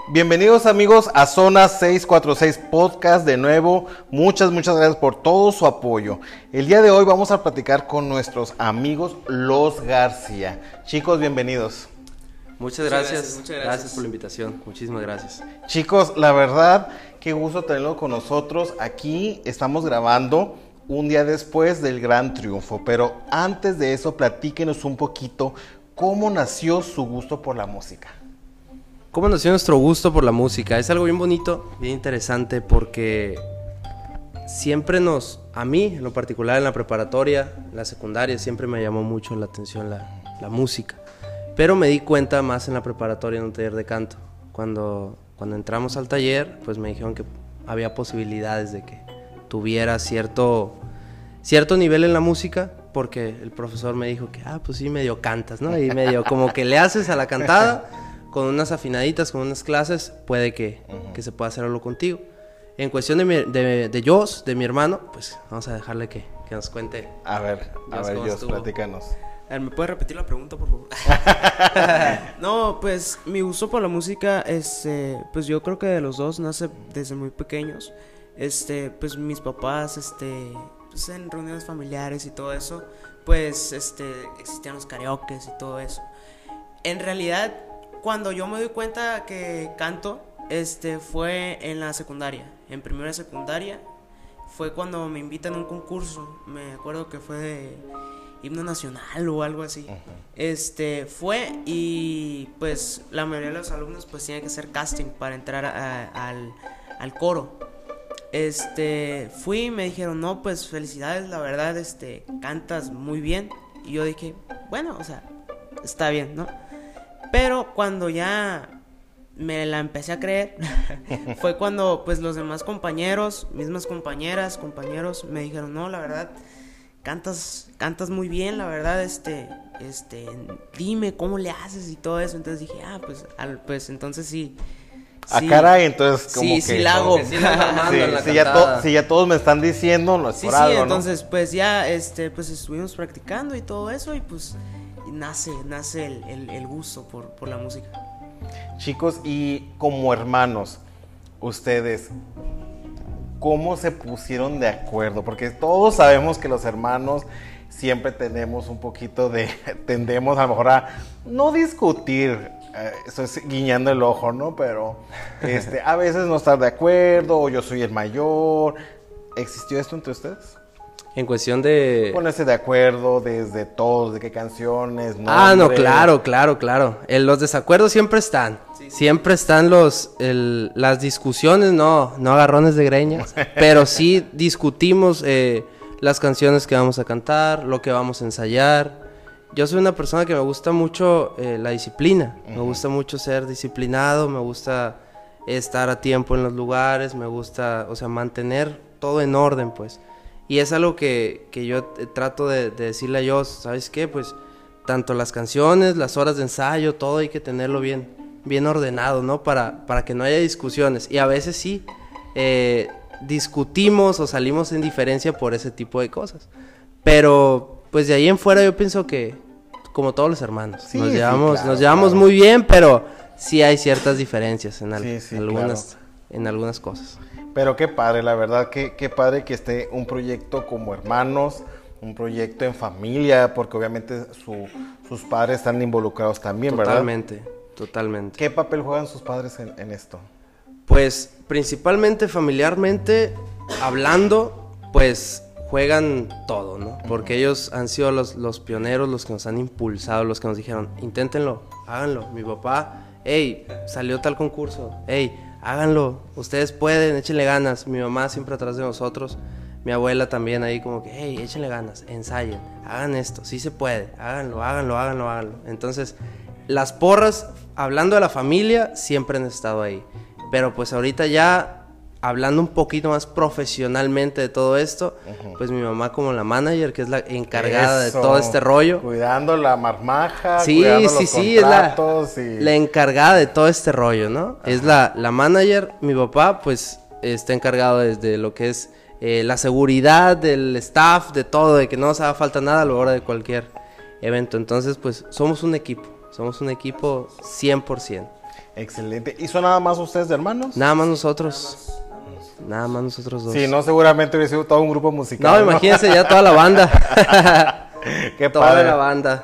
Bienvenidos amigos a Zona 646 Podcast de nuevo. Muchas gracias por todo su apoyo. El día de hoy vamos a platicar con nuestros amigos Los García. Chicos, bienvenidos. Muchas gracias por la invitación, muchísimas gracias. Chicos, la verdad, qué gusto tenerlo con nosotros. Aquí estamos grabando un día después del gran triunfo, pero antes de eso, platíquenos un poquito cómo nació su gusto por la música. ¿Cómo nació nuestro gusto por la música? Es algo bien bonito, bien interesante, porque siempre a mí en lo particular en la preparatoria, la secundaria, siempre me llamó mucho la atención la música. Pero me di cuenta más en la preparatoria, en un taller de canto. Cuando entramos al taller, pues me dijeron que había posibilidades de que tuviera cierto nivel en la música, porque el profesor me dijo que, pues sí, medio cantas, ¿no? Y medio como que le haces a la cantada, con unas afinaditas, con unas clases, puede que se pueda hacer algo contigo. En cuestión de Jos, de mi hermano, pues vamos a dejarle que nos cuente. A ver, Jos, platícanos. A ver, ¿me puedes repetir la pregunta, por favor? No, pues mi gusto por la música, pues yo creo que de los dos nace desde muy pequeños. Pues mis papás, pues en reuniones familiares y todo eso, pues existían los karaokes y todo eso. En realidad, cuando yo me doy cuenta que canto, fue en la secundaria, en primera secundaria, fue cuando me invitan a un concurso. Me acuerdo que fue de himno nacional o algo así. Fue y pues la mayoría de los alumnos pues tienen que hacer casting para entrar al coro. Fui y me dijeron, no, pues felicidades, la verdad, cantas muy bien. Y yo dije, bueno, o sea, está bien, ¿no? Pero cuando ya me la empecé a creer, fue cuando pues los demás compañeros, mismas compañeras, compañeros, me dijeron, no, la verdad, cantas muy bien, la verdad, dime cómo le haces y todo eso. Entonces dije, pues entonces sí. Caray, entonces como que sí la hago. Si ya todos me están diciendo, no es por algo, ¿no? Entonces pues ya, pues estuvimos practicando y todo eso y pues nace el gusto por la música. Chicos, y como hermanos, ustedes, ¿cómo se pusieron de acuerdo? Porque todos sabemos que los hermanos siempre tenemos un poquito tendemos a lo mejor a no discutir, estoy guiñando el ojo, ¿no? Pero a veces no estar de acuerdo, o yo soy el mayor. ¿Existió esto entre ustedes? En cuestión de ponerse de acuerdo desde todos, de qué canciones, no, claro. Los desacuerdos siempre están. Sí. Siempre están las discusiones, no agarrones de greñas, pero sí discutimos las canciones que vamos a cantar, lo que vamos a ensayar. Yo soy una persona que me gusta mucho la disciplina. Me gusta mucho ser disciplinado, me gusta estar a tiempo en los lugares, me gusta, mantener todo en orden, pues. Y es algo que yo trato de decirle a Jos, ¿sabes qué? Pues tanto las canciones, las horas de ensayo, todo hay que tenerlo bien ordenado, ¿no? Para que no haya discusiones. Y a veces sí, discutimos o salimos en diferencia por ese tipo de cosas. Pero pues de ahí en fuera yo pienso que, como todos los hermanos, sí, nos llevamos muy bien, pero sí hay ciertas diferencias en algunas cosas. Pero qué padre, la verdad, qué padre que esté un proyecto como hermanos, un proyecto en familia, porque obviamente sus padres están involucrados también, ¿verdad? Totalmente. ¿Qué papel juegan sus padres en esto? Pues principalmente familiarmente, hablando, pues juegan todo, ¿no? Porque ellos han sido los pioneros, los que nos han impulsado, los que nos dijeron, inténtenlo, háganlo. Mi papá, salió tal concurso, háganlo, ustedes pueden, échenle ganas. Mi mamá siempre atrás de nosotros, mi abuela también ahí como que, échenle ganas, ensayen, hagan esto, sí se puede, háganlo. Entonces, las porras, hablando de la familia, siempre han estado ahí. Pero pues ahorita ya, hablando un poquito más profesionalmente de todo esto, pues mi mamá como la manager, que es la encargada de todo este rollo. Cuidando la marmaja, sí, cuidando los contratos. Es la encargada de todo este rollo, ¿no? Es la manager. Mi papá, pues, está encargado desde lo que es la seguridad del staff, de todo, de que no nos haga falta nada a la hora de cualquier evento. Entonces, pues, somos un equipo 100%. Excelente. ¿Y son nada más ustedes de hermanos? Nada más nosotros. Nada más nosotros dos. Sí, no, seguramente hubiese sido todo un grupo musical. No, imagínense ya toda la banda. Qué Toda padre. la banda.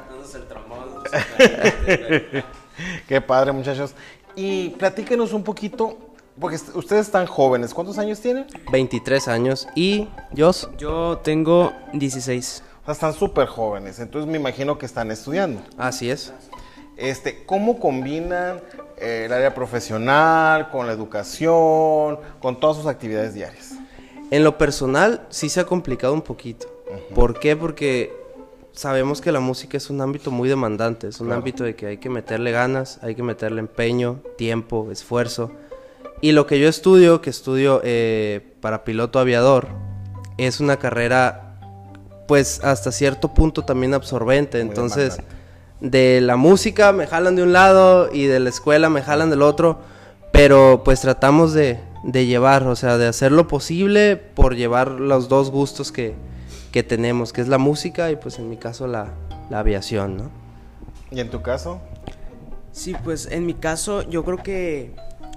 Qué padre, muchachos. Y platíquenos un poquito, porque ustedes están jóvenes. ¿Cuántos años tienen? 23 años. ¿Y Jos? Yo tengo 16. O sea, están súper jóvenes. Entonces me imagino que están estudiando. Así es. ¿Cómo combinan el área profesional con la educación, con todas sus actividades diarias? En lo personal sí se ha complicado un poquito. ¿Por qué? Porque sabemos que la música es un ámbito muy demandante. Es un ámbito de que hay que meterle ganas, hay que meterle empeño, tiempo, esfuerzo. Y lo que yo estudio, para piloto aviador, es una carrera pues hasta cierto punto también absorbente. Muy Entonces, demandante. de la música me jalan de un lado y de la escuela me jalan del otro, pero pues tratamos de llevar, o sea, de hacer lo posible por llevar los dos gustos que tenemos, que es la música y pues en mi caso la aviación, ¿no? ¿Y en tu caso? Sí, pues en mi caso yo creo que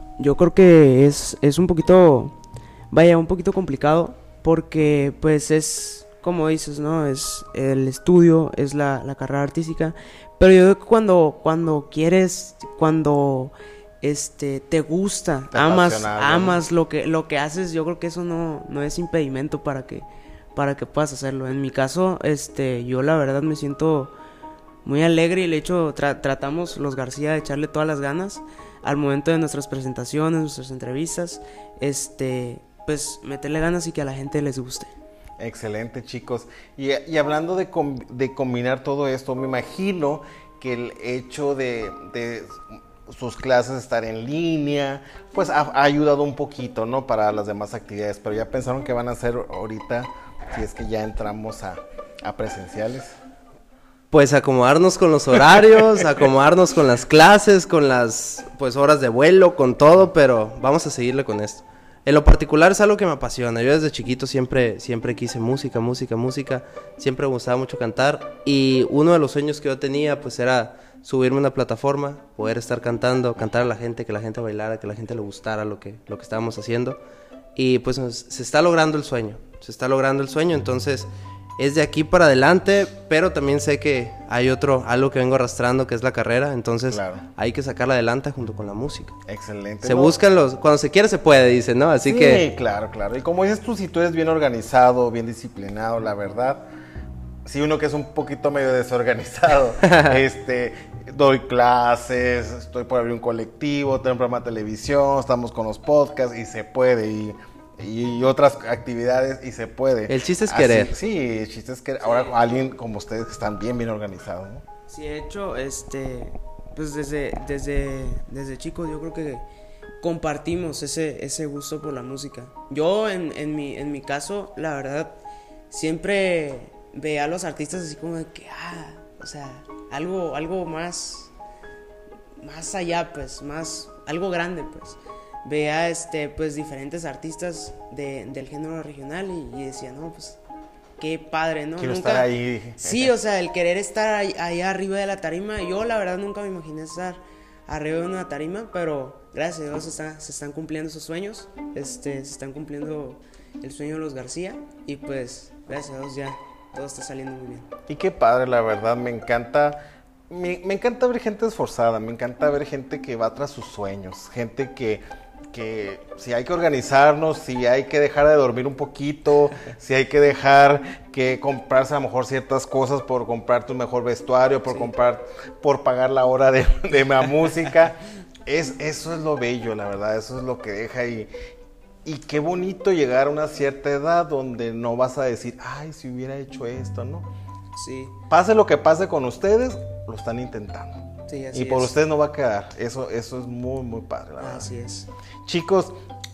es un poquito, un poquito complicado, porque pues es, como dices, ¿no? Es el estudio, es la carrera artística, pero yo creo que cuando quieres, cuando te gusta, Te amas apasiona algo, ¿no? lo que haces, yo creo que eso no es impedimento para que puedas hacerlo. En mi caso, yo la verdad me siento muy alegre, y el hecho, tratamos los García de echarle todas las ganas al momento de nuestras presentaciones, nuestras entrevistas, pues meterle ganas y que a la gente les guste. Excelente, chicos. Y hablando de combinar todo esto, me imagino que el hecho de sus clases estar en línea, pues ha ayudado un poquito, ¿no? Para las demás actividades, pero ya pensaron que van a hacer ahorita, si es que ya entramos a presenciales. Pues acomodarnos con los horarios, acomodarnos con las clases, con las pues horas de vuelo, con todo, pero vamos a seguirle con esto. En lo particular es algo que me apasiona. Yo desde chiquito siempre quise música, siempre me gustaba mucho cantar, y uno de los sueños que yo tenía pues era subirme a una plataforma, poder estar cantando, cantar a la gente, que la gente bailara, que la gente le gustara lo que estábamos haciendo, y pues se está logrando el sueño, entonces es de aquí para adelante, pero también sé que hay algo que vengo arrastrando, que es la carrera, entonces Claro. Hay que sacarla adelante junto con la música. Excelente. Se buscan cuando se quiere se puede, dicen, ¿no? Así sí, que claro. Y como dices tú, si tú eres bien organizado, bien disciplinado, la verdad, si uno que es un poquito medio desorganizado, doy clases, estoy por abrir un colectivo, tengo un programa de televisión, estamos con los podcasts y se puede, y otras actividades y se puede. El chiste es querer. Sí, el chiste es querer. Ahora alguien como ustedes que están bien organizados, ¿no? Sí, de hecho, pues desde chicos yo creo que compartimos ese gusto por la música. Yo en mi caso, la verdad, siempre veía a los artistas así como de que, o sea, algo más allá, pues, algo grande, pues. Veía pues diferentes artistas del género regional y decía, no, pues qué padre, ¿no? Quiero estar ahí. Sí, o sea, el querer estar ahí arriba de la tarima. Yo la verdad nunca me imaginé estar arriba de una tarima, pero gracias a Dios se están cumpliendo esos sueños. Se están cumpliendo el sueño de los García, y pues gracias a Dios ya todo está saliendo muy bien. Y qué padre, la verdad, me encanta ver gente esforzada, me encanta ver gente que va tras sus sueños, gente que si hay que organizarnos, si hay que dejar de dormir un poquito, si hay que dejar que comprarse a lo mejor ciertas cosas por comprar tu mejor vestuario, por pagar la hora de la música, eso es lo bello, la verdad, eso es lo que deja, y qué bonito llegar a una cierta edad donde no vas a decir, ay, si hubiera hecho esto, ¿no? Sí. Pase lo que pase con ustedes, lo están intentando. Sí, así y por es. ustedes no va a quedar. Eso es muy, muy padre, la verdad. Así es. Chicos,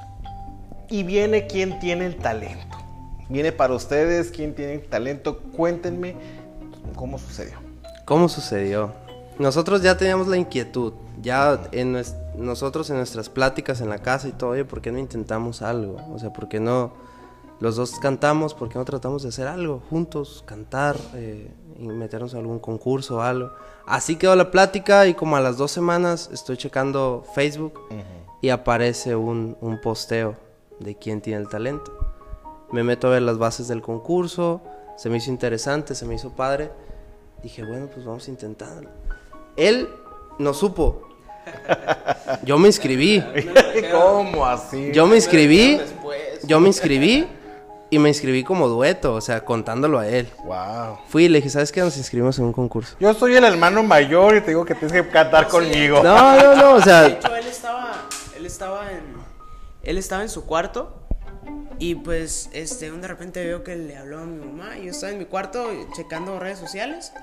y viene quien tiene el talento. Viene para ustedes quien tiene el talento. Cuéntenme cómo sucedió. ¿Cómo sucedió? Nosotros ya teníamos la inquietud. Ya nosotros en nuestras pláticas en la casa y todo, oye, ¿por qué no intentamos algo? O sea, ¿por qué no Los dos cantamos, ¿por qué no tratamos de hacer algo juntos? Cantar, y meternos en algún concurso o algo. Así quedó la plática y como a las 2 semanas estoy checando Facebook y aparece un posteo de quién tiene el talento. Me meto a ver las bases del concurso, se me hizo interesante, se me hizo padre. Dije, bueno, pues vamos a intentarlo. Él no supo. Yo me inscribí. ¿Cómo así? Yo me inscribí y me inscribí como dueto, o sea, contándolo a él. Wow. Fui y le dije, ¿sabes qué? Nos inscribimos en un concurso. Yo soy el hermano mayor y te digo que tienes que cantar conmigo. No, o sea... De hecho, él estaba en su cuarto y pues de repente veo que le habló a mi mamá y yo estaba en mi cuarto checando mis redes sociales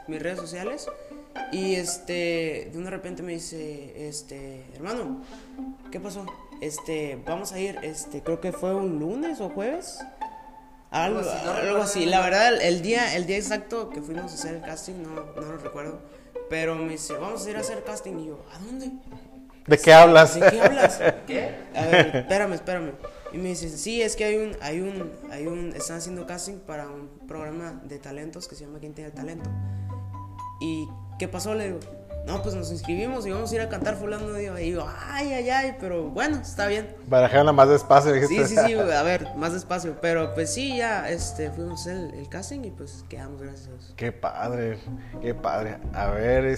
y de un repente me dice, hermano, ¿qué pasó? Vamos a ir, creo que fue un lunes o jueves. Algo así, la verdad, el día exacto que fuimos a hacer el casting, no lo recuerdo. Pero me dice, vamos a ir a hacer casting. Y yo, ¿a dónde? ¿De qué hablas? ¿De qué hablas? ¿Qué? A ver, espérame. Y me dice, sí, es que están haciendo casting para un programa de talentos que se llama ¿Quién tiene el talento? ¿Y qué pasó? Le digo, no, pues nos inscribimos y vamos a ir a cantar fulano. Y yo, ay, pero bueno, está bien. Barajaron más despacio, dijiste. Sí, a ver, más despacio. Pero pues sí, ya, fuimos a hacer el casting y pues quedamos, gracias a Dios. Qué padre. A ver,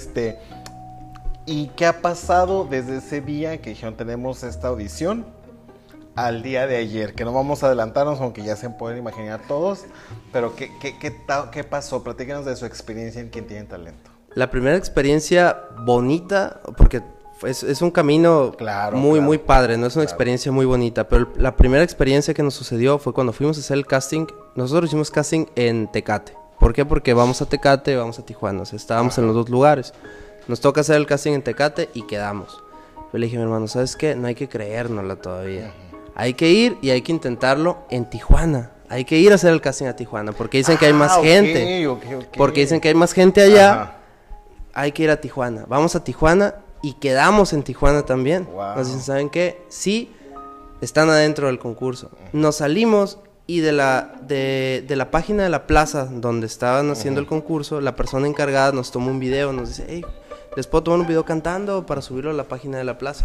¿y qué ha pasado desde ese día que dijeron tenemos esta audición al día de ayer? Que no vamos a adelantarnos, aunque ya se pueden imaginar todos. Pero ¿qué pasó? Platícanos de su experiencia en Quién tiene talento. La primera experiencia bonita, porque es un camino muy padre, no es una experiencia muy bonita, pero la primera experiencia que nos sucedió fue cuando fuimos a hacer el casting. Nosotros hicimos casting en Tecate. ¿Por qué? Porque vamos a Tecate, vamos a Tijuana, o sea, estábamos en los dos lugares. Nos toca hacer el casting en Tecate y quedamos. Yo le dije a mi hermano, ¿sabes qué? No hay que creérnosla todavía. Hay que ir y hay que intentarlo en Tijuana. Hay que ir a hacer el casting a Tijuana, porque dicen que hay más gente. Porque dicen que hay más gente allá. Ajá. Hay que ir a Tijuana. Vamos a Tijuana y quedamos en Tijuana también. Wow. Nos dicen, ¿saben qué? Sí, están adentro del concurso. Nos salimos y de la página de la plaza donde estaban haciendo el concurso, la persona encargada nos tomó un video, nos dice, hey, ¿les puedo tomar un video cantando para subirlo a la página de la plaza?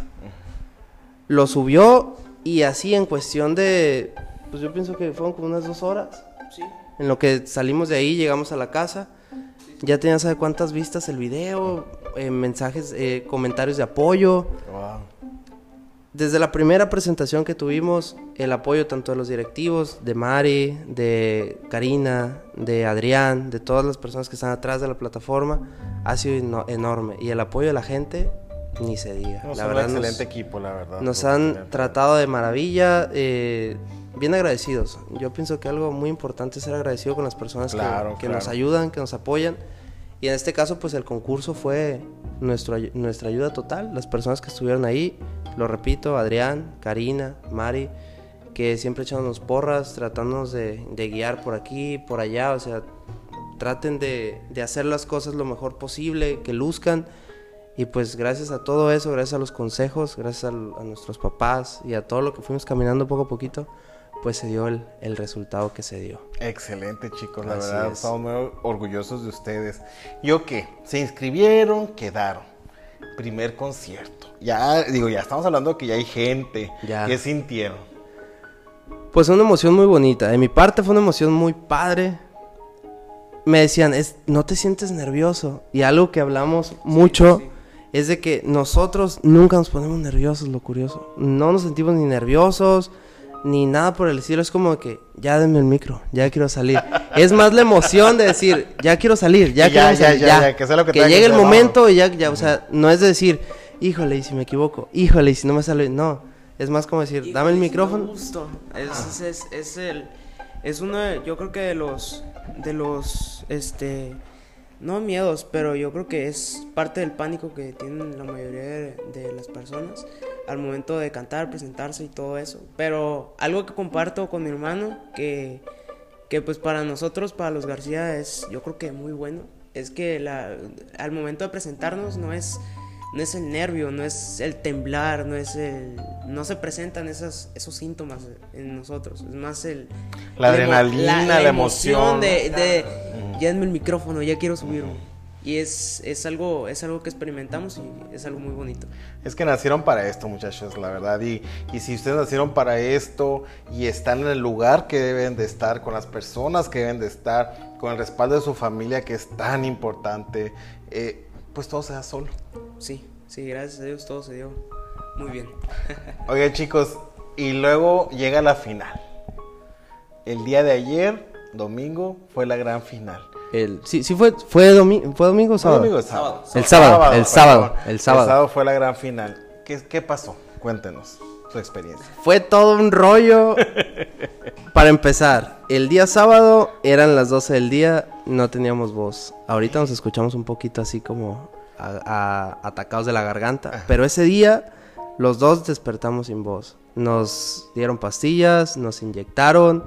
Lo subió y así en cuestión de, pues yo pienso que fueron como unas 2 horas. Sí. En lo que salimos de ahí, llegamos a la casa. Ya tenía sabe cuántas vistas el video, mensajes, comentarios de apoyo. Wow. Desde la primera presentación que tuvimos, el apoyo tanto de los directivos, de Mari, de Karina, de Adrián, de todas las personas que están atrás de la plataforma, ha sido enorme. Y el apoyo de la gente, ni se diga. La verdad, un excelente equipo, la verdad. Nos han tratado de maravilla, bien agradecidos. Yo pienso que algo muy importante es ser agradecido con las personas que nos ayudan, que nos apoyan. Y en este caso, pues el concurso fue nuestra ayuda total. Las personas que estuvieron ahí, lo repito, Adrián, Karina, Mari, que siempre echándonos porras, tratándonos de guiar por aquí, por allá. O sea, traten de hacer las cosas lo mejor posible, que luzcan. Y pues gracias a todo eso, gracias a los consejos, gracias a nuestros papás y a todo lo que fuimos caminando poco a poquito, pues se dio el resultado que se dio. Excelente, chicos, la verdad, estamos muy orgullosos de ustedes. ¿Yo qué? Se inscribieron, quedaron. Primer concierto. Ya estamos hablando de que ya hay gente. Ya. ¿Qué sintieron? Pues una emoción muy bonita. De mi parte fue una emoción muy padre. Me decían, no te sientes nervioso. Y algo que hablamos mucho es de que nosotros nunca nos ponemos nerviosos, lo curioso. No nos sentimos ni nerviosos, ni nada por el estilo. Es como que, ya denme el micro, ya quiero salir. Es más la emoción de decir, ya quiero salir, ya que sea lo que llegue el momento y ya, o sea, no es de decir, híjole, y si me equivoco, híjole, y si no me sale, no. Es más como decir, dame el micrófono. Es uno, yo creo que de los, no miedos, pero yo creo que es parte del pánico que tienen la mayoría de las personas al momento de cantar, presentarse y todo eso. Pero algo que comparto con mi hermano, que pues para nosotros, para los García, es yo creo que muy bueno, es que al momento de presentarnos no es no es el nervio, no es el temblar, no se presentan esos síntomas en nosotros, es más la adrenalina, la emoción de ya denme el micrófono, ya quiero subirme. Y es algo que experimentamos y es algo muy bonito. Es que nacieron para esto, muchachos, la verdad. Y si ustedes nacieron para esto y están en el lugar que deben de estar, con las personas que deben de estar, con el respaldo de su familia, que es tan importante, pues todo se da solo. Sí, gracias a Dios todo se dio muy bien. Oigan, chicos, y luego llega la final. El día de ayer, domingo, fue la gran final. ¿Fue domingo o sábado? Domingo, sábado. El sábado Fue la gran final. ¿Qué pasó? Cuéntenos su experiencia. Fue todo un rollo. Para empezar, el día sábado eran las 12 del día, no teníamos voz. Ahorita nos escuchamos un poquito así como atacados de la garganta. Pero ese día los dos despertamos sin voz. Nos dieron pastillas, nos inyectaron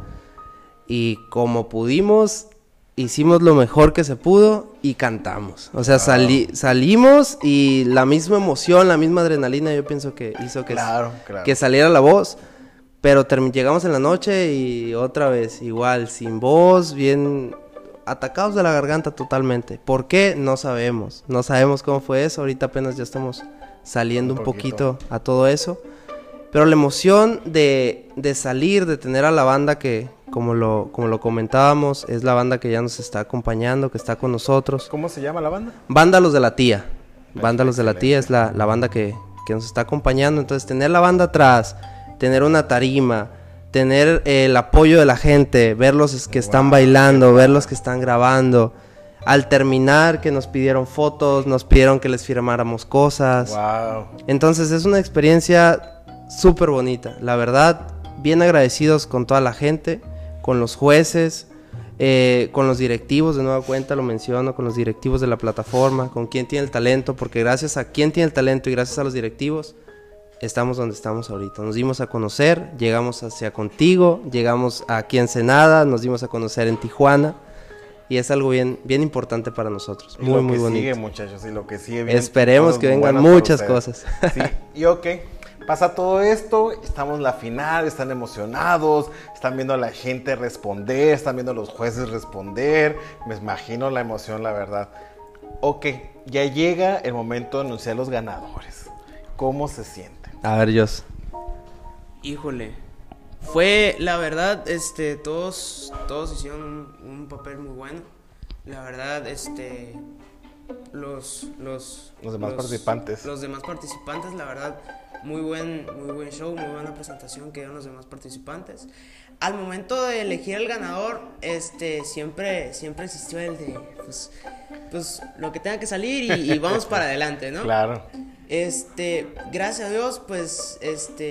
y como pudimos hicimos lo mejor que se pudo y cantamos. O sea, salimos y la misma emoción, la misma adrenalina, yo pienso que hizo que saliera la voz. Pero llegamos en la noche y otra vez, igual, sin voz, bien atacados de la garganta totalmente. ¿Por qué? No sabemos. No sabemos cómo fue eso. Ahorita apenas ya estamos saliendo un poquito a todo eso. Pero la emoción de salir, de tener a la banda que, como lo comentábamos, es la banda que ya nos está acompañando, que está con nosotros. ¿Cómo se llama la banda? Banda Los de la Tía. Banda Los de la Tía es la banda que nos está acompañando. Entonces, tener la banda atrás, tener una tarima, tener el apoyo de la gente, verlos que están bailando, verlos que están grabando. Al terminar, que nos pidieron fotos, nos pidieron que les firmáramos cosas. Wow. Entonces, es una experiencia súper bonita, la verdad, bien agradecidos con toda la gente, con los jueces, con los directivos, de nueva cuenta lo menciono, con los directivos de la plataforma, con quien tiene el talento, porque gracias a quien tiene el talento y gracias a los directivos, estamos donde estamos ahorita. Nos dimos a conocer, llegamos hacia Contigo, llegamos aquí en Ensenada, nos dimos a conocer en Tijuana, y es algo bien importante para nosotros, muy bonito. Sigue, muchachos, y lo que sigue bien. Esperemos que vengan muchas cosas. Sí, y ok. Pasa todo esto, estamos en la final, están emocionados, están viendo a la gente responder, están viendo a los jueces responder, me imagino la emoción, la verdad. Ok, ya llega el momento de anunciar los ganadores. ¿Cómo se sienten? A ver, Jos. Híjole, fue, la verdad, todos hicieron un papel muy bueno. La verdad, los demás participantes. Los demás participantes, la verdad, muy buen show, muy buena presentación que dieron los demás participantes. Al momento de elegir el ganador, siempre existió el de pues lo que tenga que salir y vamos para adelante, ¿no? Claro. Gracias a Dios, pues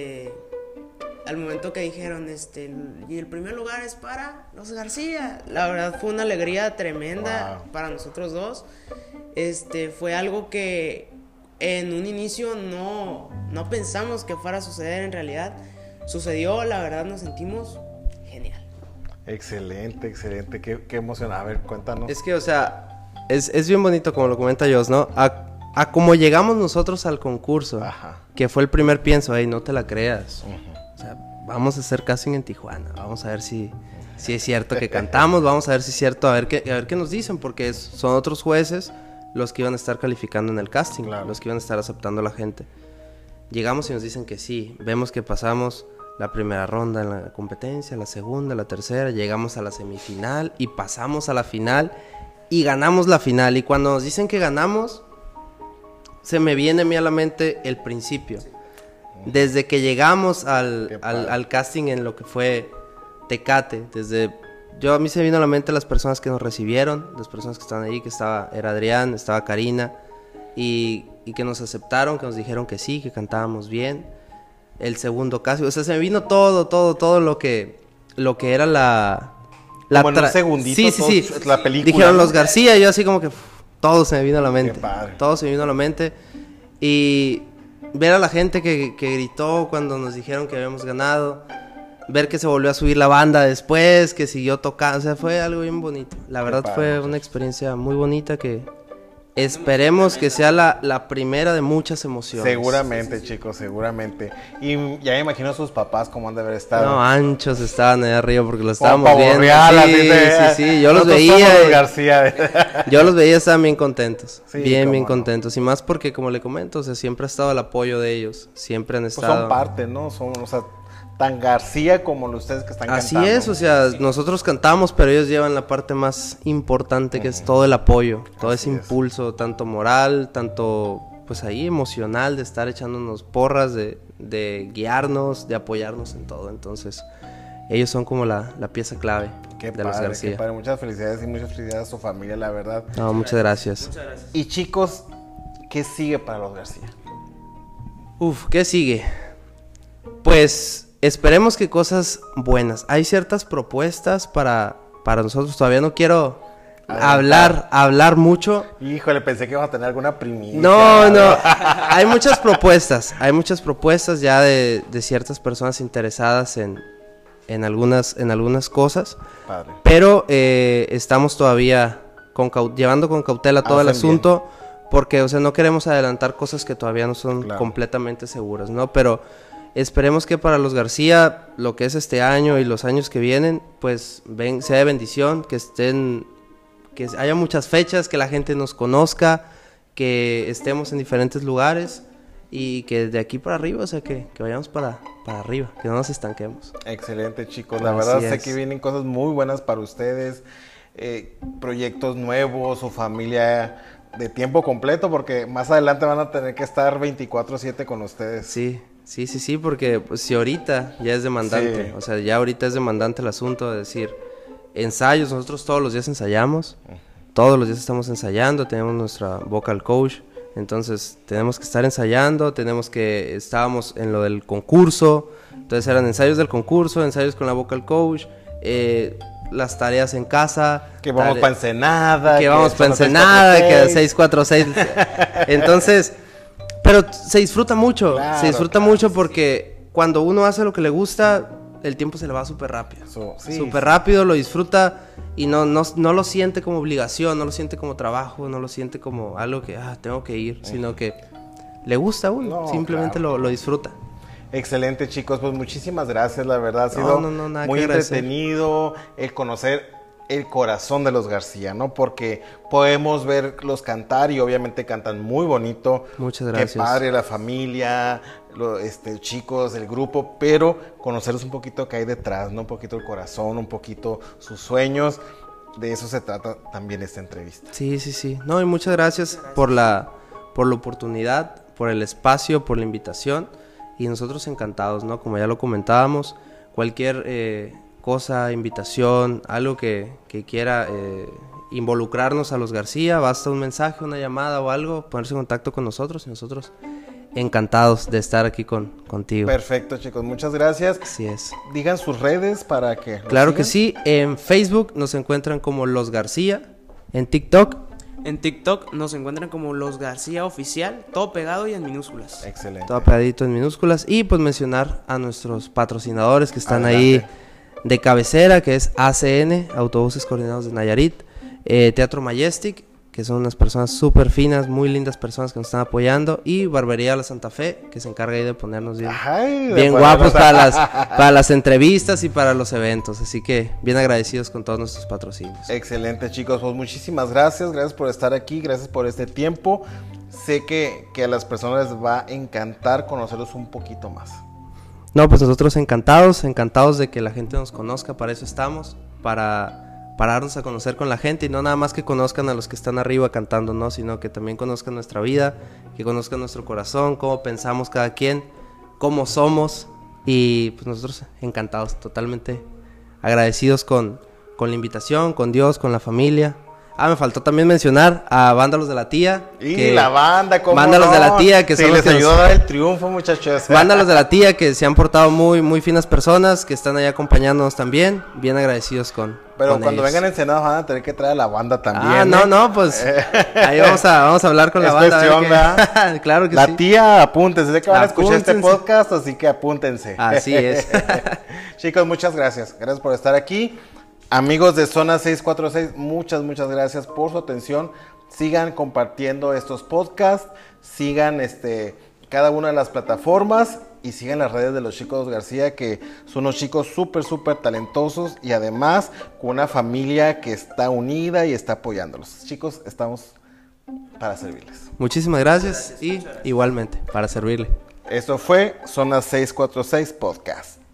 al momento que dijeron y el primer lugar es para los García, la verdad fue una alegría tremenda para nosotros dos. Fue algo que en un inicio no pensamos que fuera a suceder, en realidad sucedió, la verdad nos sentimos genial. Excelente, qué emoción. A ver, cuéntanos. Es que, o sea, es bien bonito como lo comenta Jos, ¿no? A como llegamos nosotros al concurso, que fue el primer pienso, no te la creas. O sea, vamos a hacer casting en Tijuana, vamos a ver si es cierto que cantamos, vamos a ver si es cierto, a ver qué nos dicen, porque son otros jueces los que iban a estar calificando en el casting, los que iban a estar aceptando a la gente. Llegamos y nos dicen que sí, vemos que pasamos la primera ronda en la competencia, la segunda, la tercera, llegamos a la semifinal y pasamos a la final y ganamos la final. Y cuando nos dicen que ganamos, se me viene a mí a la mente el principio. Desde que llegamos al casting en lo que fue Tecate, a mí se me vino a la mente las personas que nos recibieron, las personas que estaban ahí, era Adrián, estaba Karina, y que nos aceptaron, que nos dijeron que sí, que cantábamos bien. El segundo casting, o sea, se me vino todo lo que era la como en un segundito, sí. La película. Dijeron los García, y yo así como que todo se me vino a la mente. Qué padre. Todo se me vino a la mente. Y ver a la gente que gritó cuando nos dijeron que habíamos ganado. Ver que se volvió a subir la banda después, que siguió tocando. O sea, fue algo bien bonito. La verdad fue una experiencia muy bonita que Esperemos que sea la primera de muchas emociones. Seguramente, chicos, seguramente. Y ya me imagino a sus papás cómo han de haber estado. No, anchos estaban ahí arriba porque los Como estábamos viendo. pavorreal, así Sí, yo los nosotros veía. somos los García. Yo los veía, estaban bien contentos. Sí, bien cómo no. contentos. Y más porque, como le comento, o sea, siempre ha estado el apoyo de ellos. Siempre han Pues estado. son parte, ¿no? Son, o sea, tan García como ustedes que están Así cantando. es, o sea, nosotros cantamos, pero ellos llevan la parte más importante, que es todo el apoyo, todo Así ese es. impulso, tanto moral, tanto, pues ahí emocional, de estar echándonos porras, de guiarnos, de apoyarnos en todo. Entonces, ellos son como la pieza clave Qué de los padre, García. qué padre. Muchas felicidades y muchas felicidades a su familia, la verdad. No, muchas gracias. Muchas gracias. Y chicos, ¿qué sigue para los García? Uf, ¿qué sigue? Pues esperemos que cosas buenas. Hay ciertas propuestas para nosotros. Todavía no quiero hablar mucho. Híjole, pensé que íbamos a tener alguna primicia. No. Hay muchas propuestas. Hay muchas propuestas ya de ciertas personas interesadas en algunas cosas. Padre. Pero estamos todavía llevando con cautela todo el Hacen asunto. Porque, o sea, no queremos adelantar cosas que todavía no son Claro. completamente seguras, ¿no? Pero esperemos que para los García, lo que es este año y los años que vienen, pues sea de bendición, que haya muchas fechas, que la gente nos conozca, que estemos en diferentes lugares y que de aquí para arriba, o sea, que vayamos para arriba, que no nos estanquemos. Excelente, chicos. La Así verdad sé es. que vienen cosas muy buenas para ustedes. Proyectos nuevos, su familia de tiempo completo, porque más adelante van a tener que estar 24/7 con ustedes. Sí, porque pues, si ahorita ya es demandante, Sí. o sea, ya ahorita es demandante el asunto de decir, ensayos, nosotros todos los días ensayamos, todos los días estamos ensayando, tenemos nuestra vocal coach, entonces tenemos que estar ensayando, estábamos en lo del concurso, entonces eran ensayos del concurso, ensayos con la vocal coach, las tareas en casa. Que vamos para Ensenada. Que vamos para Ensenada, que 646. Entonces, pero se disfruta mucho. Claro, Se disfruta mucho porque cuando uno hace lo que le gusta, el tiempo se le va súper rápido. Sí, Súper rápido, lo disfruta y no lo siente como obligación, no lo siente como trabajo, no lo siente como algo que tengo que ir, sino que le gusta a uno, No, simplemente claro. lo disfruta. Excelente, chicos, pues muchísimas gracias, la verdad ha sido nada muy que agradecer. entretenido el conocer el corazón de los García, ¿no? Porque podemos verlos cantar y obviamente cantan muy bonito. Muchas gracias. Qué padre la familia, chicos, el grupo, pero conocerlos un poquito qué hay detrás, ¿no? Un poquito el corazón, un poquito sus sueños. De eso se trata también esta entrevista. Sí. No, y muchas gracias por la oportunidad, por el espacio, por la invitación. Y nosotros encantados, ¿no? Como ya lo comentábamos, cualquier cosa, invitación, algo que quiera involucrarnos a los García, basta un mensaje, una llamada o algo, ponerse en contacto con nosotros y nosotros encantados de estar aquí contigo. Perfecto, chicos, muchas gracias. Así es. Digan sus redes para que los Claro que sigan. sí, en Facebook nos encuentran como Los García, en TikTok. En TikTok nos encuentran como Los García Oficial, todo pegado y en minúsculas. Excelente. Todo pegadito en minúsculas. Y pues mencionar a nuestros patrocinadores que están Adelante. ahí de cabecera, que es ACN, Autobuses Coordinados de Nayarit, Teatro Majestic, que son unas personas súper finas, muy lindas personas que nos están apoyando, y Barbería La Santa Fe, que se encarga ahí de ponernos bien, Ay, de bien ponernos guapos para las entrevistas y para los eventos. Así que bien agradecidos con todos nuestros patrocinios. Excelente, chicos, pues muchísimas gracias por estar aquí, gracias por este tiempo. Sé que a las personas les va a encantar conocerlos un poquito más. No, pues nosotros encantados de que la gente nos conozca, para eso estamos, para darnos a conocer con la gente, y no nada más que conozcan a los que están arriba cantando, no, sino que también conozcan nuestra vida, que conozcan nuestro corazón, cómo pensamos cada quien, cómo somos, y pues nosotros encantados, totalmente agradecidos con la invitación, con Dios, con la familia. Me faltó también mencionar a Vándalos de la Tía. Y la banda, ¿cómo Vándalos no? de la Tía, que sí, son los les que ayudó a dar el triunfo, muchachos. Vándalos de la Tía, que se han portado muy, muy finas personas, que están ahí acompañándonos también, bien agradecidos con Pero cuando ellos. vengan a Ensenada van a tener que traer a la banda también. No, pues ahí vamos a hablar con la Es banda. a ver cuestión, qué- ¿verdad? Claro que La sí. tía, apúntense, sé que van a escuchar este Apúntense. podcast, así que apúntense. Así es. Chicos, muchas gracias. Gracias por estar aquí. Amigos de Zona 646, muchas gracias por su atención, sigan compartiendo estos podcasts, sigan cada una de las plataformas y sigan las redes de los chicos García, que son unos chicos súper talentosos y además con una familia que está unida y está apoyándolos. Chicos, estamos para servirles. Muchísimas gracias y igualmente para servirle. Esto fue Zona 646 Podcast.